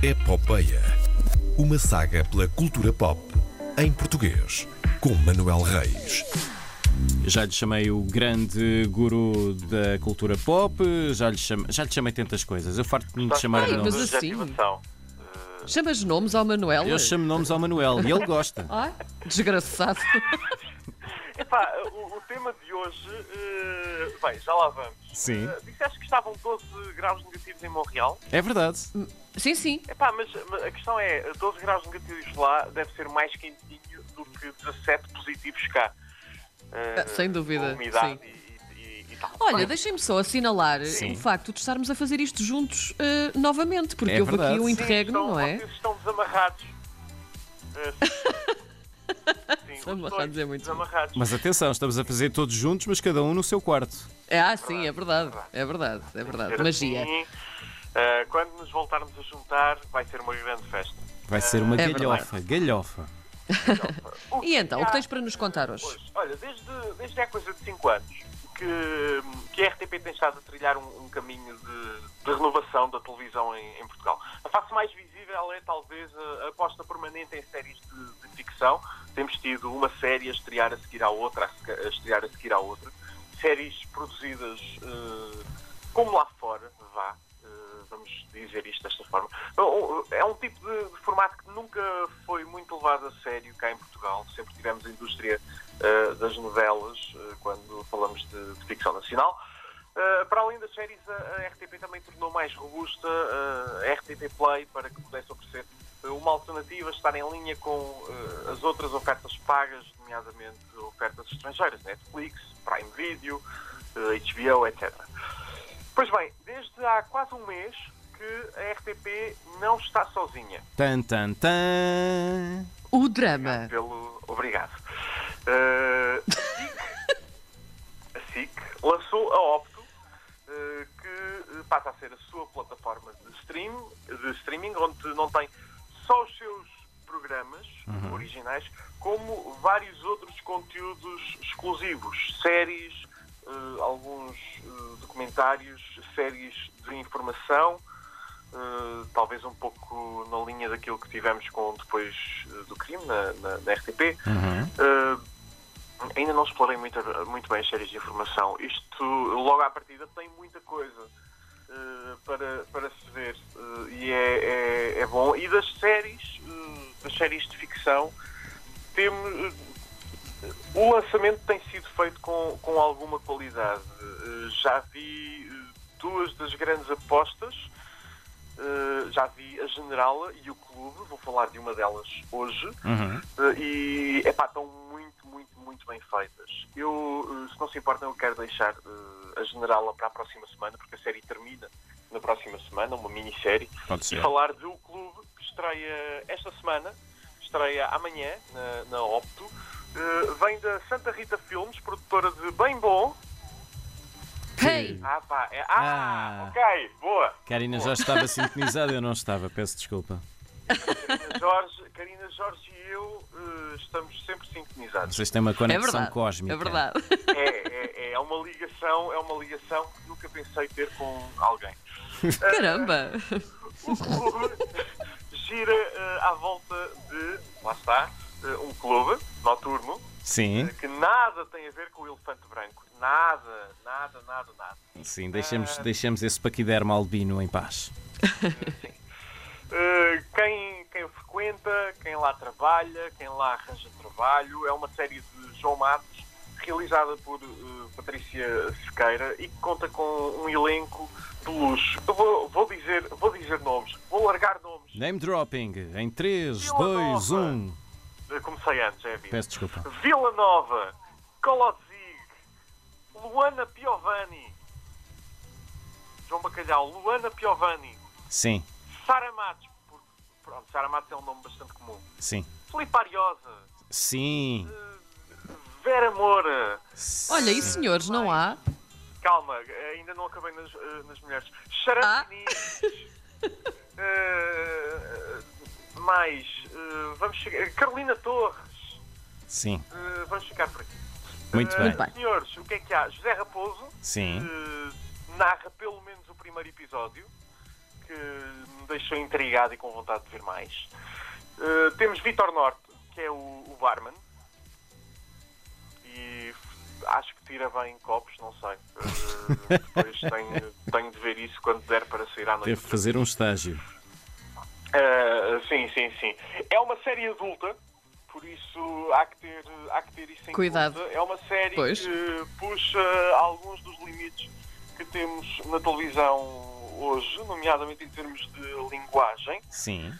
Epopeia. Uma saga pela cultura pop em português, com Manuel Reis. Já lhe chamei o grande guru da cultura pop, já lhe chamei tantas coisas. Eu farto-me de chamar Ai, nomes. mas assim, chamas nomes ao Manuel? Eu chamo nomes ao Manuel e ele gosta. Ai, desgraçado. Epá, o tema de hoje, bem, já lá vamos. Sim. Disseste que estavam 12 graus negativos em Montreal? É verdade. Sim, sim. Epá, mas a questão é, 12 graus negativos lá deve ser mais quentinho do que 17 positivos cá. Sem dúvida, Umidade sim. e tal. Olha, deixem-me só assinalar Sim. o facto de estarmos a fazer isto juntos novamente, porque É houve verdade. aqui um Sim, interregno, não é? Vocês estão desamarrados. Sim, Desamarrados é muito desamarrados. Mas atenção, estamos a fazer todos juntos, mas cada um no seu quarto. Sim, é verdade. É verdade, é verdade. Magia. Assim, quando nos voltarmos a juntar, vai ser uma grande festa. Vai ser uma É galhofa. Galhofa. E então, o que tens para nos contar hoje? Olha, desde há coisa de 5 anos que a RTP tem estado a trilhar um caminho de renovação da televisão em Portugal. A face mais visível é talvez a aposta permanente em séries de ficção. Temos tido uma série a estrear a seguir à outra, a estrear a seguir à outra. Séries produzidas como lá fora, vamos dizer isto desta forma. É um tipo de formato que nunca foi muito levado a sério cá em Portugal. Sempre tivemos a indústria das novelas, quando falamos de ficção nacional. Para além das séries, a RTP também tornou mais robusta a RTP Play para que pudesse oferecer uma alternativa, estar em linha com as outras ofertas pagas, nomeadamente ofertas estrangeiras, Netflix, Prime Video, HBO, etc. Pois bem, desde há quase um mês que a RTP não está sozinha. Tan, tan, tan. O drama. Obrigado. A SIC lançou a Opto, que passa a ser a sua plataforma de streaming, onde não tem só os seus programas originais, como vários outros conteúdos exclusivos, séries, alguns documentários, séries de informação, talvez um pouco na linha daquilo que tivemos com Depois do Crime na RTP. Ainda não explorei muito bem as séries de informação. Isto, logo à partida, tem muita coisa para se ver e é bom. E das séries de ficção, o lançamento tem sido feito com alguma qualidade. Já vi duas das grandes apostas. Já vi a Generala e o Clube, vou falar de uma delas hoje, e estão muito bem feitas. Eu, se não se importam, eu quero deixar a Generala para a próxima semana, porque a série termina na próxima semana, uma minissérie, e falar do Clube, que estreia esta semana, estreia amanhã na Opto, vem da Santa Rita Filmes, produtora de Bem Bom. Hey! Ok, boa. Karina já estava sintonizada, eu não estava, peço desculpa. Karina Jorge e eu estamos sempre sintonizados. Vocês têm uma conexão cósmica. É verdade. É uma ligação que nunca pensei ter com alguém. Caramba! O clube gira à volta de, lá está, um clube noturno. Sim. Que nada tem a ver com o elefante branco. Nada. Sim, deixemos esse paquidermo albino em paz. Sim. Quem o frequenta, quem lá trabalha, quem lá arranja trabalho, é uma série de João Matos, realizada por Patrícia Sequeira e que conta com um elenco de luxo. Eu vou dizer nomes, vou largar nomes. Name dropping em 3, Vila 2, Nova. 1. Comecei antes, é Peço desculpa. Vila Nova, Colodzig, Luana Piovani, João Bacalhau, Luana Piovani, Sim, Sara Matos, Sara Matos é um nome bastante comum, sim. Filipe Ariosa, Sim. Vera Moura. Olha, e senhores, não há? Calma, ainda não acabei nas mulheres. Charante Diniz. Mais, vamos chegar. Carolina Torres. Sim. Vamos ficar por aqui. Muito bem. Senhores, o que é que há? José Raposo. Sim. Narra pelo menos o primeiro episódio, que me deixou intrigado e com vontade de ver mais. Temos Vitor Norte, que é o barman. E acho que tira bem copos, não sei. Depois tenho de ver isso quando der para sair à noite. Deve fazer um estágio. Sim. É uma série adulta, por isso há que ter isso em Cuidado. conta. É uma série Pois. que puxa alguns dos limites que temos na televisão hoje, nomeadamente em termos de linguagem. Sim.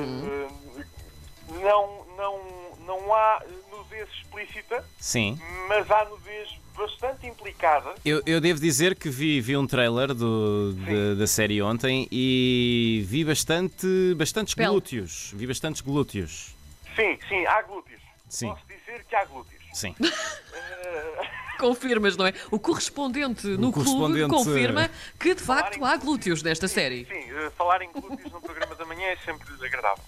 Não há nudez explícita, Sim. mas há nudez bastante implicada. Eu devo dizer que vi um trailer da série ontem e vi bastantes Pele. glúteos. Vi bastantes glúteos. Sim, há glúteos. Sim. Posso dizer que há glúteos. Sim. Confirmas, não é? O correspondente no clube correspondente, confirma que de Falar facto em há glúteos nesta série. Sim, falar em glúteos no programa da manhã é sempre agradável.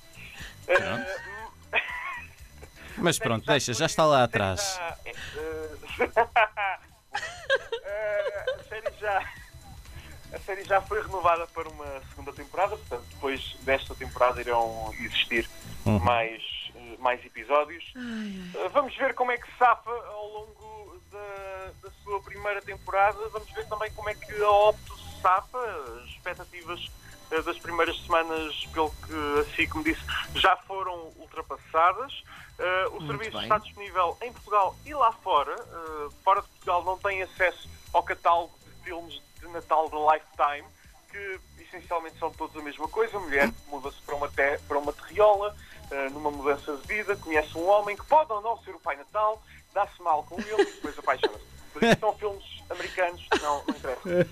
Mas pronto, deixa, já está lá atrás. A série já foi renovada para uma segunda temporada, portanto, depois desta temporada irão existir mais episódios. Vamos ver como é que se safa ao longo da sua primeira temporada. Vamos ver também como é que a Opto se safa. As expectativas das primeiras semanas, pelo que a SIC me disse, já foram ultrapassadas. O serviço bem. está disponível em Portugal e lá fora. Fora de Portugal não tem acesso ao catálogo de filmes de Natal da Lifetime, que essencialmente são todos a mesma coisa. A mulher muda-se para uma terriola, numa mudança de vida, conhece um homem que pode ou não ser o Pai Natal, dá-se mal com ele e depois apaixona-se. Por isso são filmes americanos, não interessa.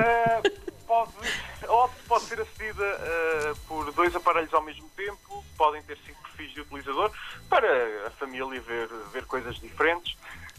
A Opto pode ser acedida por 2 aparelhos ao mesmo tempo, podem ter 5 perfis de utilizador para a família ver coisas diferentes.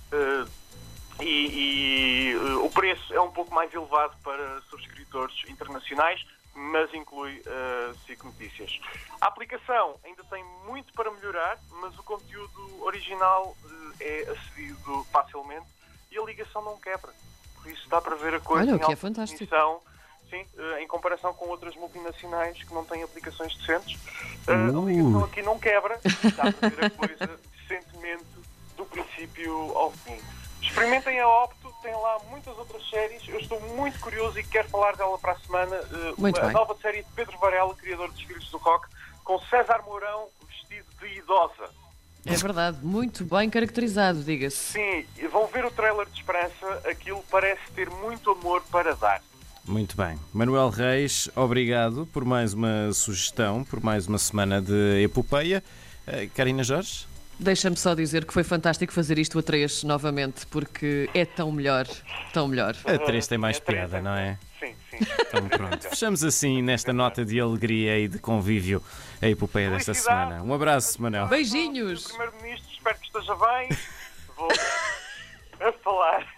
O preço é um pouco mais elevado para subscritores internacionais, mas inclui SIC Notícias. A aplicação ainda tem muito para melhorar, mas o conteúdo original é acedido facilmente e a ligação não quebra. Por isso dá para ver a coisa Olha, o em que é alta fantástico. definição. Sim, em comparação com outras multinacionais que não têm aplicações decentes. A ligação aqui não quebra, dá para ver a coisa decentemente do princípio ao fim. Experimentem a Opto, tem lá muitas outras séries. Eu estou muito curioso e quero falar dela para a semana. Muito Uma bem. nova série de Pedro Varela, criador dos Filhos do Rock, com César Mourão vestido de idosa. É verdade, muito bem caracterizado, diga-se. Sim, vão ver o trailer de Esperança. Aquilo parece ter muito amor para dar. Muito bem. Manuel Reis, obrigado por mais uma sugestão, por mais uma semana de epopeia. Karina Jorge? Deixa-me só dizer que foi fantástico fazer isto a 3 novamente, porque é tão melhor, tão melhor. A 3 tem mais A três piada, tem- não é? Sim. Então pronto. Fechamos assim nesta nota de alegria e de convívio a epopeia desta Felicidade. semana. Um abraço, Manel. Beijinhos! O Primeiro-Ministro, espero que esteja bem. Vou a falar